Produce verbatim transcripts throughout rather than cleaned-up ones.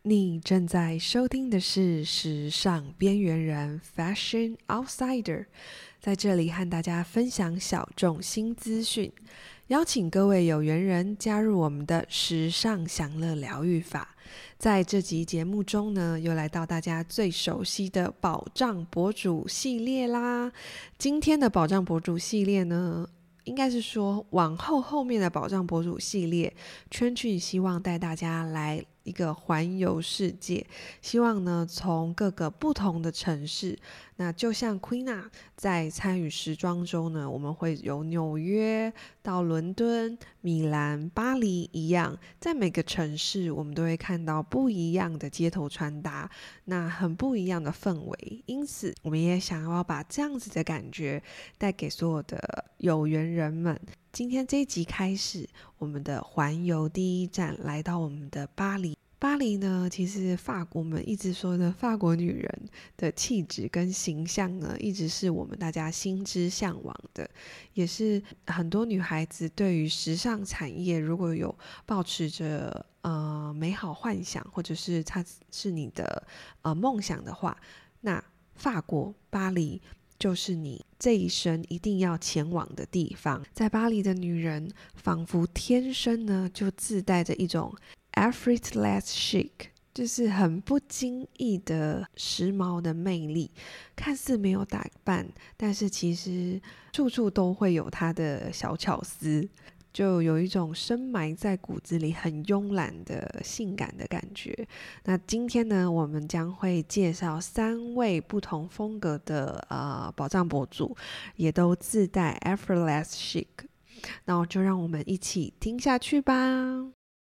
你正在收听的是时尚边缘人 Fashion Outsider， 在这里和大家分享小众新资讯，邀请各位有缘人加入我们的时尚享乐疗愈法。在这集节目中呢，又来到大家最熟悉的宝藏博主系列啦。今天的宝藏博主系列呢，应该是说往后后面的宝藏博主系列，圈圈希望带大家来一个环游世界，希望呢从各个不同的城市，那就像 Queena 在参与时装周呢，我们会由纽约到伦敦、米兰、巴黎一样，在每个城市我们都会看到不一样的街头穿搭，那很不一样的氛围，因此我们也想要把这样子的感觉带给所有的有缘人们。今天这一集开始，我们的环游第一站来到我们的巴黎。巴黎呢，其实法国我们一直说的法国女人的气质跟形象呢，一直是我们大家心之向往的，也是很多女孩子对于时尚产业如果有抱持着呃美好幻想，或者是它是你的呃梦想的话，那法国巴黎就是你这一生一定要前往的地方。在巴黎的女人仿佛天生呢就自带着一种 effortless chic， 就是很不经意的时髦的魅力，看似没有打扮，但是其实处处都会有她的小巧思，就有一种深埋在骨子里很慵懒的性感的感觉。那今天呢，我们将会介绍三位不同风格的呃宝藏博主，也都自带 effortless chic， 那就让我们一起听下去吧。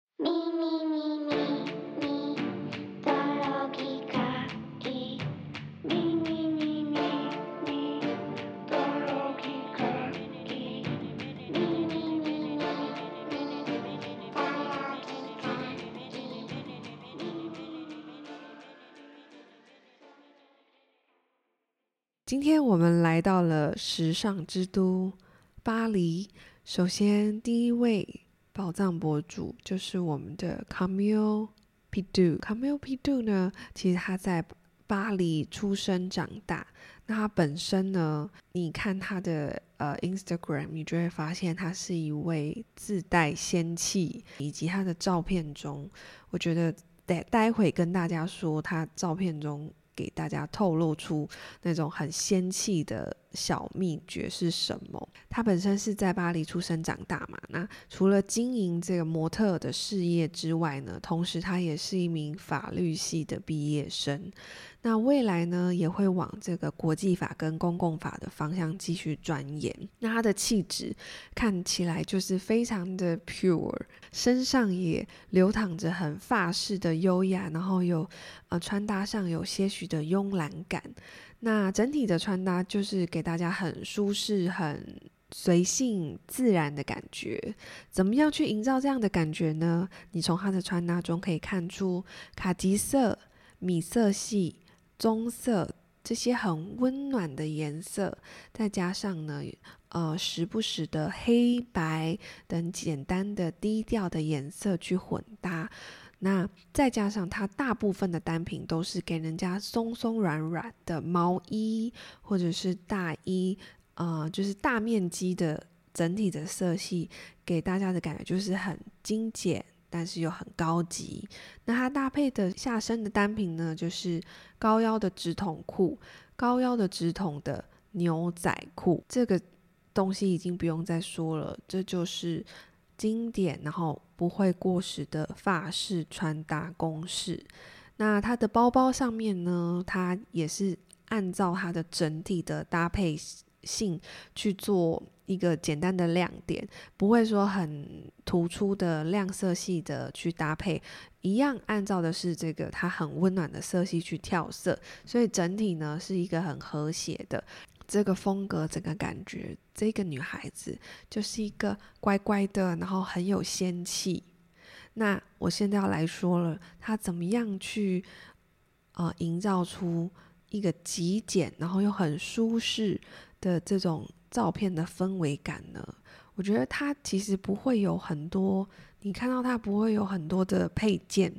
今天我们来到了时尚之都巴黎，首先第一位宝藏博主就是我们的 Camille Pidou。Camille Pidou 呢，其实他在巴黎出生长大，那他本身呢，你看他的呃 Instagram， 你就会发现他是一位自带仙气，以及他的照片中，我觉得待待会跟大家说他照片中给大家透露出那种很仙气的小秘诀是什么。他本身是在巴黎出生长大嘛，那除了经营这个模特的事业之外呢，同时他也是一名法律系的毕业生，那未来呢也会往这个国际法跟公共法的方向继续钻研。那他的气质看起来就是非常的 pure， 身上也流淌着很法式的优雅，然后有呃穿搭上有些许的慵懒感，那整体的穿搭就是给大家很舒适很随性自然的感觉。怎么样去营造这样的感觉呢？你从他的穿搭中可以看出卡其色、米色系、棕色这些很温暖的颜色，再加上呢呃，时不时的黑白等简单的低调的颜色去混搭，那再加上它大部分的单品都是给人家松松软软的毛衣或者是大衣，呃，就是大面积的整体的色系，给大家的感觉就是很精简，但是又很高级。那它搭配的下身的单品呢，就是高腰的直筒裤，高腰的直筒的牛仔裤，这个东西已经不用再说了，这就是经典然后不会过时的法式穿搭公式。那它的包包上面呢，它也是按照它的整体的搭配性去做一个简单的亮点，不会说很突出的亮色系的去搭配，一样按照的是这个它很温暖的色系去跳色，所以整体呢是一个很和谐的这个风格，整个感觉这个女孩子就是一个乖乖的，然后很有仙气。那我现在要来说了，她怎么样去呃营造出一个极简然后又很舒适的这种照片的氛围感呢？我觉得它其实不会有很多，你看到它不会有很多的配件，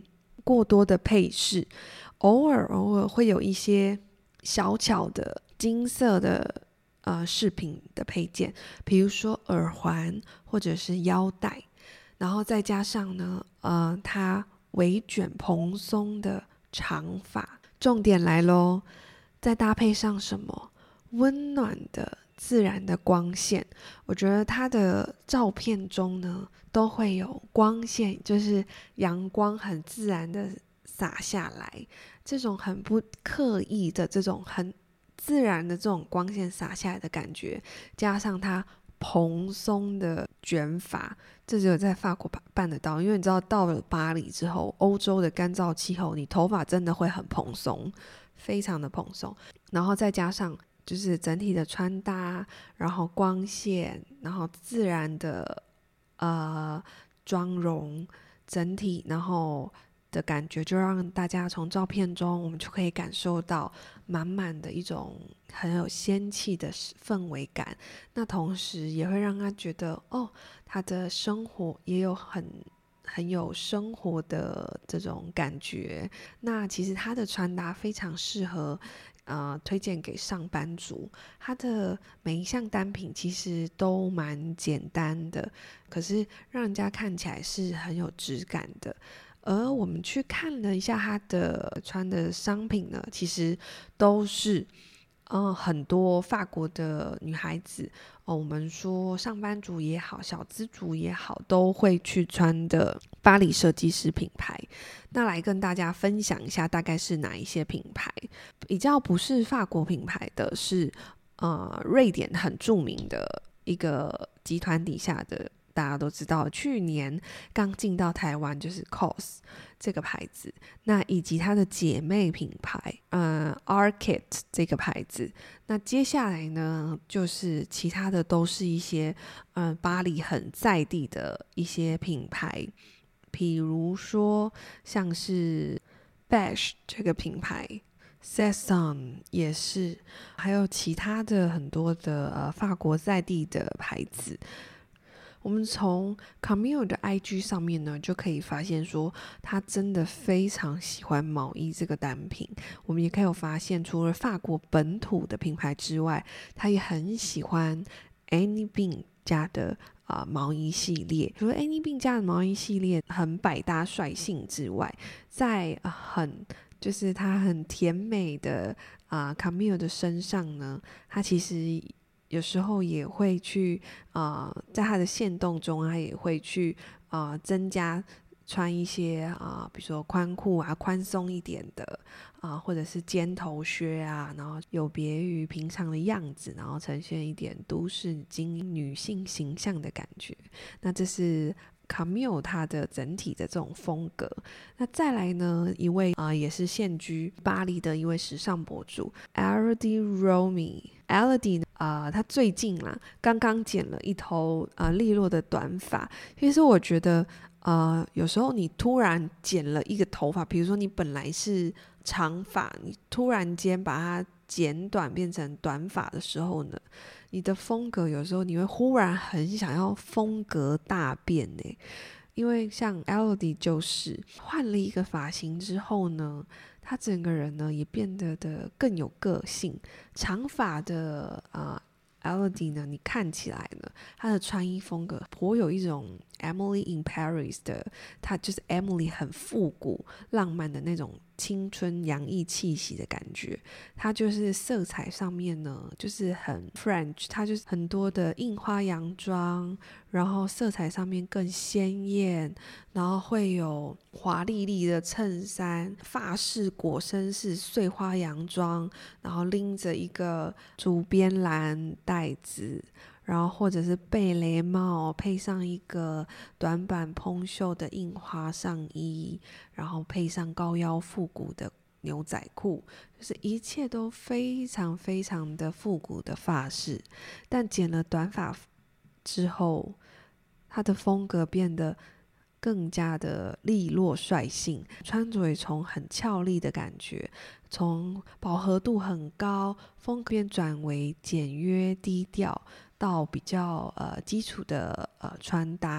过多的配饰，偶尔偶尔会有一些小巧的金色的呃饰品的配件，比如说耳环或者是腰带，然后再加上呢呃它微卷蓬松的长发。重点来咯，再搭配上什么温暖的自然的光线，我觉得它的照片中呢都会有光线，就是阳光很自然的洒下来，这种很不刻意的这种很自然的这种光线洒下来的感觉，加上它蓬松的卷发，这只有在法国办得到，因为你知道到了巴黎之后，欧洲的干燥气候，你头发真的会很蓬松，非常的蓬松，然后再加上就是整体的穿搭，然后光线，然后自然的呃妆容，整体然后的感觉，就让大家从照片中我们就可以感受到满满的一种很有仙气的氛围感。那同时也会让他觉得哦，他的生活也有很很有生活的这种感觉。那其实他的穿搭非常适合呃，推荐给上班族，它的每一项单品其实都蛮简单的，可是让人家看起来是很有质感的。而我们去看了一下它的穿的商品呢，其实都是嗯，很多法国的女孩子哦，我们说上班族也好，小资族也好，都会去穿的巴黎设计师品牌。那来跟大家分享一下，大概是哪一些品牌？比较不是法国品牌的是，呃，瑞典很著名的一个集团底下的。大家都知道，去年刚进到台湾就是 C O S 这个牌子，那以及它的姐妹品牌，呃 Arket 这个牌子。那接下来呢，就是其他的都是一些，呃，巴黎很在地的一些品牌，比如说像是 Beige 这个品牌。Sesson 也是，还有其他的很多的呃法国在地的牌子。我们从 Camille 的 I G 上面呢，就可以发现说，他真的非常喜欢毛衣这个单品。我们也可以有发现，除了法国本土的品牌之外，他也很喜欢 Annie Bean 家的啊、呃、毛衣系列。除了 Annie Bean 家的毛衣系列很百搭率性之外，在、呃、很就是它很甜美的啊、呃、Camille 的身上呢，它其实有时候也会去呃，在他的限动中，他也会去呃增加穿一些啊、呃，比如说宽裤啊，宽松一点的啊、呃，或者是尖头靴啊，然后有别于平常的样子，然后呈现一点都市精英女性形象的感觉。那这是Camille 它的整体的这种风格。那再来呢，一位啊、呃、也是现居巴黎的一位时尚博主 Elodie Romy。Elodie 呃，他最近啦刚刚剪了一头呃利落的短发。其实我觉得呃有时候你突然剪了一个头发，比如说你本来是长发，你突然间把它剪短变成短发的时候呢，你的风格有时候你会忽然很想要风格大变耶。因为像 Elodie 就是换了一个发型之后呢，他整个人呢也变得的更有个性。长发的啊、呃、Elodie 呢，你看起来呢，他的穿衣风格颇有一种 Emily in Paris 的，他就是 Emily 很复古浪漫的那种青春洋溢气息的感觉。它就是色彩上面呢，就是很 French， 它就是很多的印花洋装，然后色彩上面更鲜艳，然后会有华丽丽的衬衫，法式裹身式碎花洋装，然后拎着一个竹编篮袋子，然后或者是贝雷帽，配上一个短版蓬袖的印花上衣，然后配上高腰复古的牛仔裤，就是一切都非常非常的复古的发式。但剪了短发之后，他的风格变得更加的利落率性，穿着也从很俏丽的感觉，从饱和度很高，风格变转为简约低调，到比较呃基础的呃穿搭。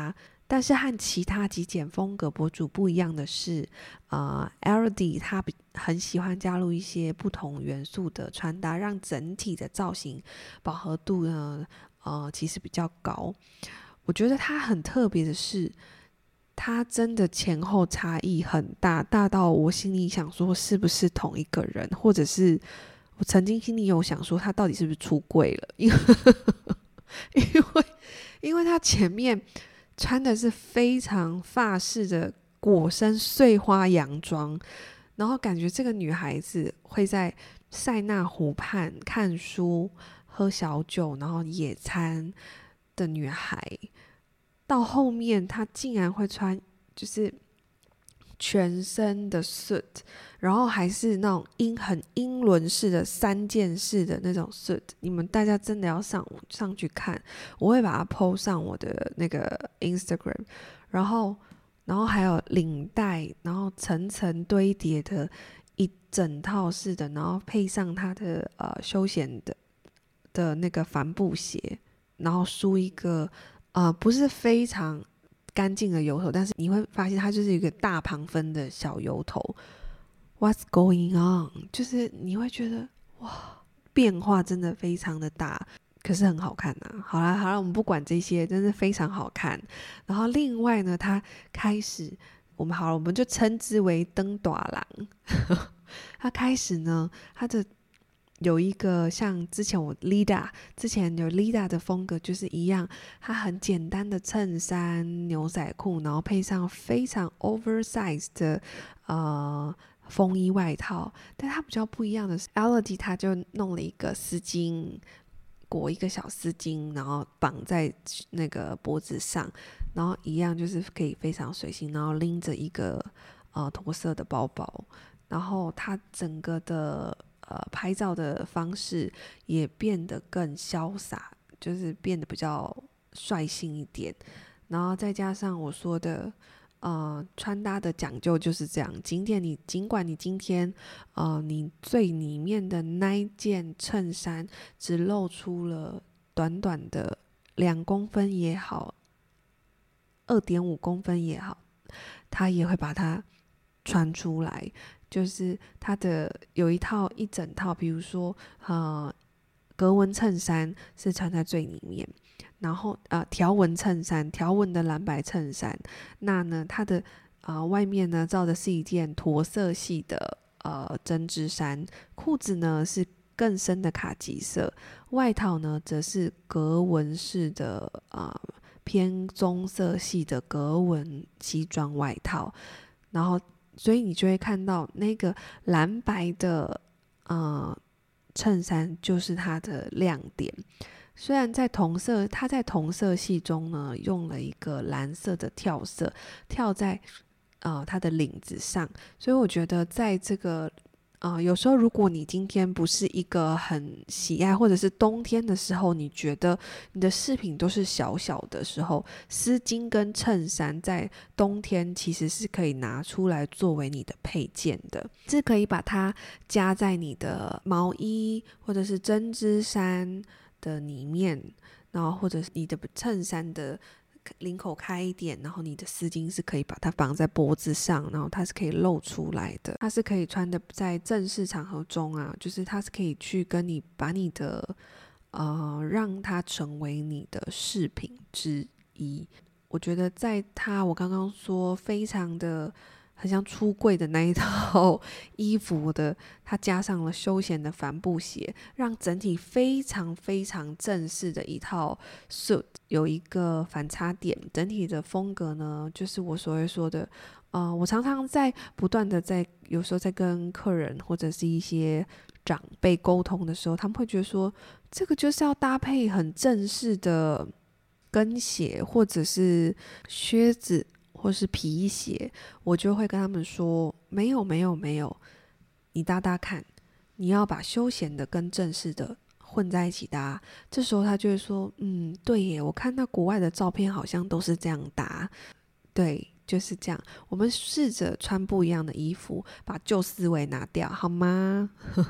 但是和其他极简风格博主不一样的是，呃 Elodie 他很喜欢加入一些不同元素的穿搭，让整体的造型饱和度呢，呃，其实比较高。我觉得他很特别的是，他真的前后差异很大，大到我心里想说是不是同一个人，或者是我曾经心里有想说他到底是不是出柜了，因为因为因为他前面穿的是非常法式的裹身碎花洋装，然后感觉这个女孩子会在塞纳湖畔看书、喝小酒，然后野餐的女孩，到后面她竟然会穿就是全身的 suit， 然后还是那种英很英伦式的三件式的那种 suit， 你们大家真的要上上去看，我会把它 po 上我的那个 Instagram， 然后然后还有领带，然后层层堆叠的一整套式的，然后配上它的呃休闲的的那个帆布鞋，然后梳一个呃不是非常干净的油头，但是你会发现它就是一个大旁分的小油头。What's going on？ 就是你会觉得哇，变化真的非常的大，可是很好看啊。好啦好啦，我们不管这些，真的非常好看。然后另外呢，它开始我们好了，我们就称之为登大郎。它开始呢，它的有一个像之前我 Lida 之前有 Lida 的风格就是一样，它很简单的衬衫牛仔裤，然后配上非常 oversize 的呃风衣外套。但它比较不一样的是 Elodie 它就弄了一个丝巾，裹一个小丝巾，然后绑在那个脖子上，然后一样就是可以非常随性，然后拎着一个呃驼色的包包，然后它整个的呃拍照的方式也变得更潇洒，就是变得比较率性一点，然后再加上我说的呃穿搭的讲究就是这样，尽管你尽管你今天呃你最里面的那一件衬衫只露出了短短的两公分也好，二点五公分也好，他也会把它穿出来。就是它的有一套一整套，比如说呃格纹衬衫是穿在最里面，然后呃条纹衬衫，条纹的蓝白衬衫，那呢它的呃外面呢罩的是一件驼色系的呃针织衫，裤子呢是更深的卡其色，外套呢则是格纹式的呃偏棕色系的格纹西装外套，然后所以你就会看到那个蓝白的呃衬衫就是它的亮点。虽然在同色，它在同色系中呢用了一个蓝色的跳色，跳在呃它的领子上，所以我觉得在这个呃有时候如果你今天不是一个很喜爱，或者是冬天的时候你觉得你的饰品都是小小的时候，丝巾跟衬衫在冬天其实是可以拿出来作为你的配件的，是可以把它加在你的毛衣或者是针织衫的里面，然后或者是你的衬衫的领口开一点，然后你的丝巾是可以把它绑在脖子上，然后它是可以露出来的，它是可以穿的在正式场合中啊，就是它是可以去跟你把你的呃让它成为你的饰品之一。我觉得在它我刚刚说非常的很像出柜的那一套衣服的，它加上了休闲的帆布鞋，让整体非常非常正式的一套 suit 有一个反差点。整体的风格呢，就是我所谓说的呃，我常常在不断的在有时候在跟客人或者是一些长辈沟通的时候，他们会觉得说这个就是要搭配很正式的跟鞋或者是靴子或是皮鞋，我就会跟他们说没有没有没有，你搭搭看，你要把休闲的跟正式的混在一起搭。这时候他就会说嗯对耶，我看到国外的照片好像都是这样搭，对，就是这样。我们试着穿不一样的衣服，把旧思维拿掉好吗？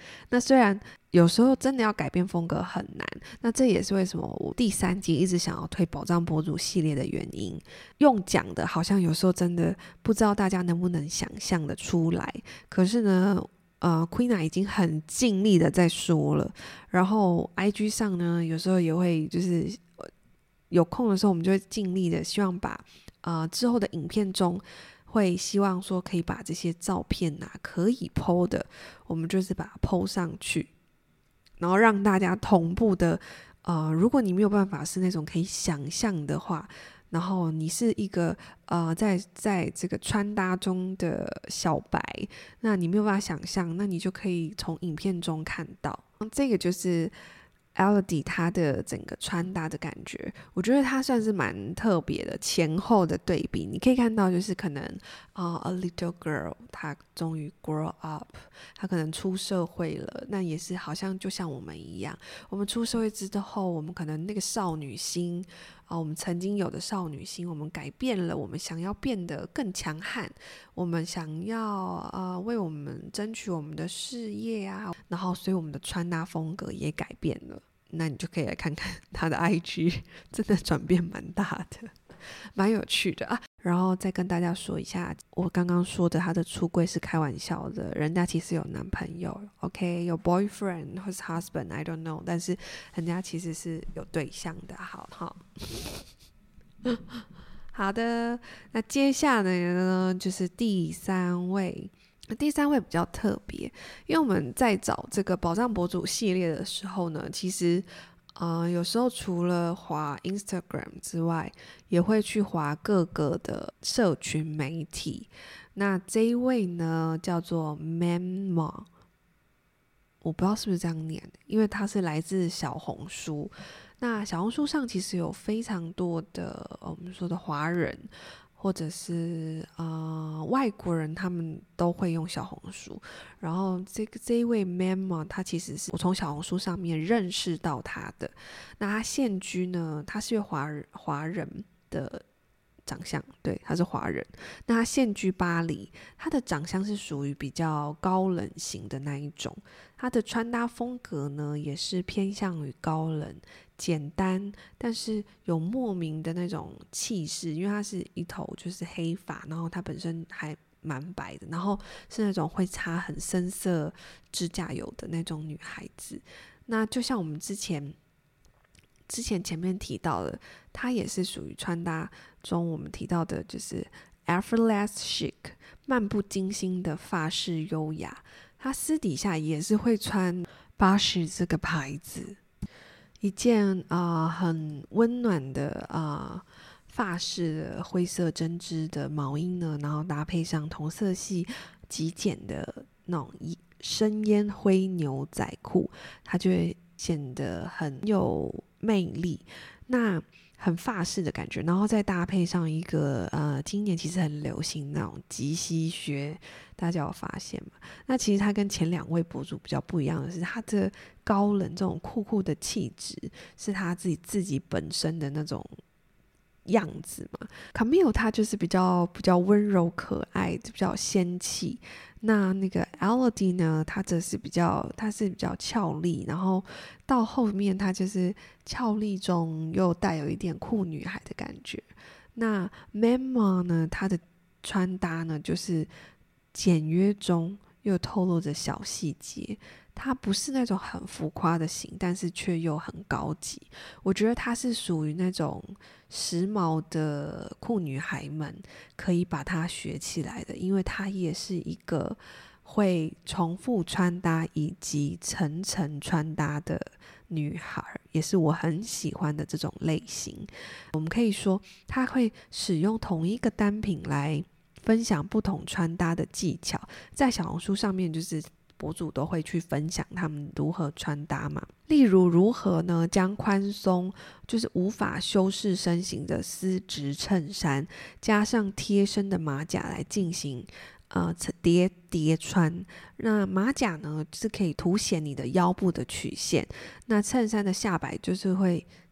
那虽然有时候真的要改变风格很难，那这也是为什么我第三季一直想要推宝藏博主系列的原因。用讲的好像有时候真的不知道大家能不能想象的出来，可是呢呃 Queena 已经很尽力的在说了，然后 I G 上呢有时候也会就是有空的时候我们就会尽力的希望把呃之后的影片中会希望说可以把这些照片啊可以 po 的，我们就是把它 po 上去，然后让大家同步的呃，如果你没有办法是那种可以想象的话，然后你是一个呃在在这个穿搭中的小白，那你没有办法想象，那你就可以从影片中看到。这个就是Elodie 她的整个穿搭的感觉，我觉得她算是蛮特别的，前后的对比你可以看到就是可能、uh, a little girl 她终于 grow up， 她可能出社会了，那也是好像就像我们一样，我们出社会之后我们可能那个少女心、呃、我们曾经有的少女心我们改变了，我们想要变得更强悍，我们想要、呃、为我们争取我们的事业啊，然后所以我们的穿搭风格也改变了，那你就可以来看看他的 I G 真的转变蛮大的，蛮有趣的啊。然后再跟大家说一下，我刚刚说的他的出柜是开玩笑的，人家其实有男朋友 OK， 有 boyfriend 或是 husband I don't know， 但是人家其实是有对象的。好好好的，那接下来呢就是第三位。第三位比较特别，因为我们在找这个宝藏博主系列的时候呢，其实呃有时候除了滑 Instagram 之外，也会去滑各个的社群媒体。那这一位呢叫做 Memma， 我不知道是不是这样念，因为他是来自小红书。那小红书上其实有非常多的我们说的华人或者是呃外国人，他们都会用小红书。然后这个这一位 Memma， 他其实是我从小红书上面认识到他的。那他现居呢，他是华人华人的长相，对，他是华人。那他现居巴黎，他的长相是属于比较高冷型的那一种。他的穿搭风格呢，也是偏向于高冷。简单，但是有莫名的那种气势，因为她是一头就是黑发，然后她本身还蛮白的，然后是那种会擦很深色指甲油的那种女孩子。那就像我们之前之前前面提到的，她也是属于穿搭中我们提到的就是 effortless chic， 漫不经心的法式优雅。她私底下也是会穿巴士这个牌子，一件啊、呃、很温暖的啊、呃、法式的灰色针织的毛衣呢，然后搭配上同色系极简的那种深烟灰牛仔裤，它就会显得很有魅力，那很法式的感觉，然后再搭配上一个呃，今年其实很流行那种及膝靴，大家有发现吗？那其实他跟前两位博主比较不一样的是，他的高冷这种酷酷的气质是他自己自己本身的那种样子嘛。Camille 他就是比较比较温柔可爱，比较仙气。那那个 Elodie 呢，他则是比较他是比较俏丽，然后到后面他就是俏丽中又带有一点酷女孩的感觉。那 Memma 呢，她的穿搭呢就是简约中又透露着小细节，她不是那种很浮夸的型，但是却又很高级。我觉得她是属于那种时髦的酷女孩们可以把它学起来的，因为她也是一个会重复穿搭以及层层穿搭的女孩，也是我很喜欢的这种类型。我们可以说她会使用同一个单品来分享不同穿搭的技巧，在小红书上面就是博主都会去分享他们如何穿搭嘛，例如如何呢将宽松就是无法修饰身形的丝质衬衫加上贴身的马甲来进行呃叠叠穿。那马甲呢是可以凸显你的腰部的曲线，那衬衫的下摆就是会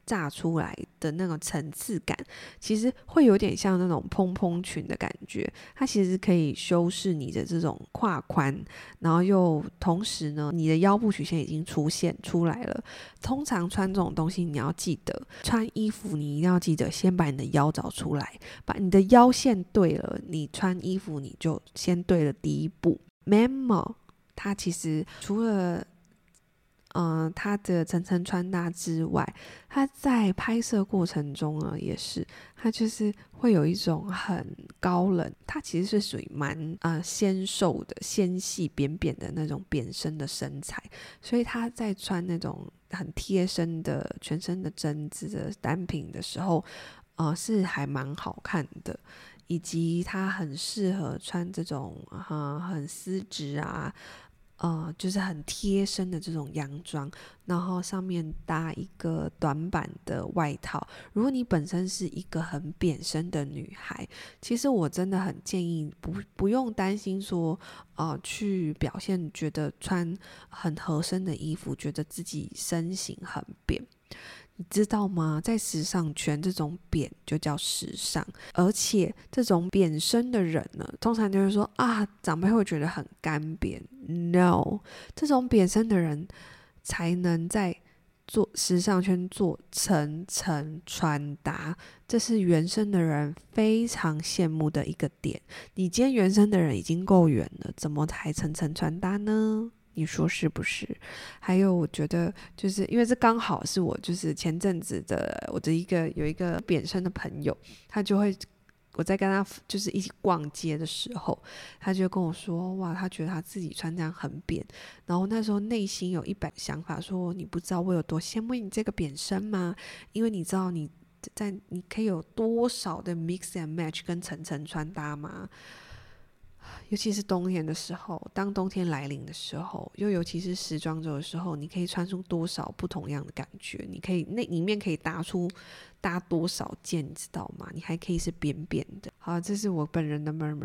炸出来的那种层次感，其实会有点像那种蓬蓬裙的感觉。它其实可以修饰你的这种胯宽，然后又同时呢，你的腰部曲线已经出现出来了。通常穿这种东西，你要记得穿衣服，你一定要记得先把你的腰找出来，把你的腰线对了，你穿衣服你就先对了第一步。Memo 它其实除了嗯，它的层层穿搭之外，它在拍摄过程中呢，也是它就是会有一种很高冷，它其实是属于蛮呃纤瘦的、纤细扁扁的那种扁身的身材，所以它在穿那种很贴身的全身的针织的单品的时候，呃是还蛮好看的。以及它很适合穿这种、呃、很丝质啊呃，就是很贴身的这种洋装，然后上面搭一个短版的外套。如果你本身是一个很扁身的女孩，其实我真的很建议不不用担心说，呃，去表现觉得穿很合身的衣服，觉得自己身形很扁。你知道吗？在时尚圈，这种扁就叫时尚，而且这种扁身的人呢，通常就是说啊，长辈会觉得很干瘪。No， 这种扁身的人才能在做时尚圈做层层穿搭，这是原生的人非常羡慕的一个点。你今天原生的人已经够圆了，怎么还层层穿搭呢？你说是不是？还有我觉得就是因为这刚好是我就是前阵子的我的一个有一个扁身的朋友，他就会我在跟他就是一起逛街的时候，他就跟我说哇，他觉得他自己穿这样很扁，然后那时候内心有一百想法说，你不知道我有多羡慕你这个扁身吗？因为你知道你在你可以有多少的 mix and match 跟层层穿搭吗？尤其是冬天的时候，当冬天来临的时候，又尤其是时装周的时候，你可以穿出多少不同样的感觉，你可以那里面可以搭出搭多少件，你知道吗？你还可以是扁扁的。好，这是我本人的 murmur。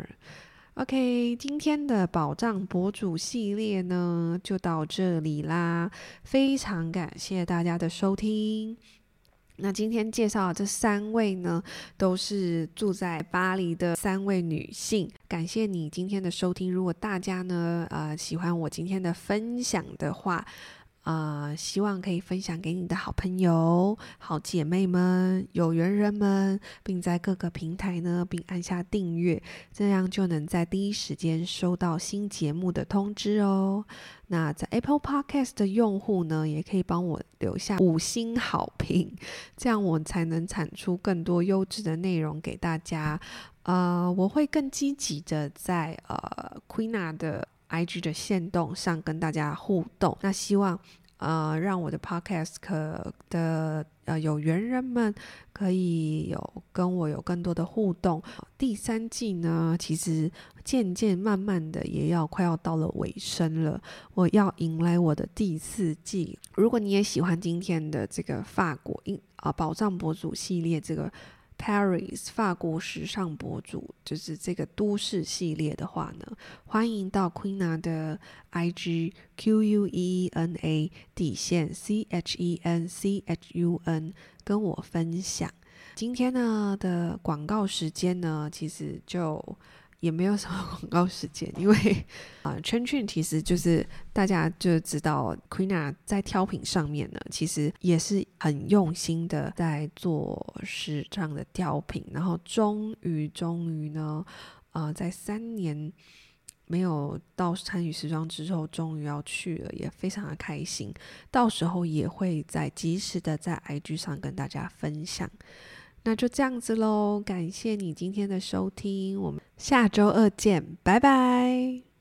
OK， 今天的宝藏博主系列呢就到这里啦，非常感谢大家的收听。那今天介绍的这三位呢，都是住在巴黎的三位女性。感谢你今天的收听。如果大家呢，呃，喜欢我今天的分享的话，呃，希望可以分享给你的好朋友、好姐妹们、有缘人们，并在各个平台呢，并按下订阅，这样就能在第一时间收到新节目的通知哦。那在 Apple Podcast 的用户呢，也可以帮我留下五星好评，这样我才能产出更多优质的内容给大家。呃，我会更积极的在呃 Queena 的 I G 的限动上跟大家互动。那希望呃让我的 Podcast 可的呃有缘人们可以有跟我有更多的互动。第三季呢，其实渐渐慢慢的也要快要到了尾声了，我要迎来我的第四季。如果你也喜欢今天的这个法国啊宝藏博主系列，这个Paris 法国时尚博主就是这个都市系列的话呢，欢迎到 Queena 的 I G Q U E E N A 底线 C H E N C H U N 跟我分享。今天呢的广告时间呢，其实就也没有什么广告时间，因为呃圈圈其实就是大家就知道 Queena 在挑品上面呢，其实也是很用心的在做时尚的挑品，然后终于终于呢呃在三年没有到参与时装之后，终于要去了，也非常的开心。到时候也会在及时的在 I G 上跟大家分享。那就这样子咯，感谢你今天的收听，我们下周二见，拜拜。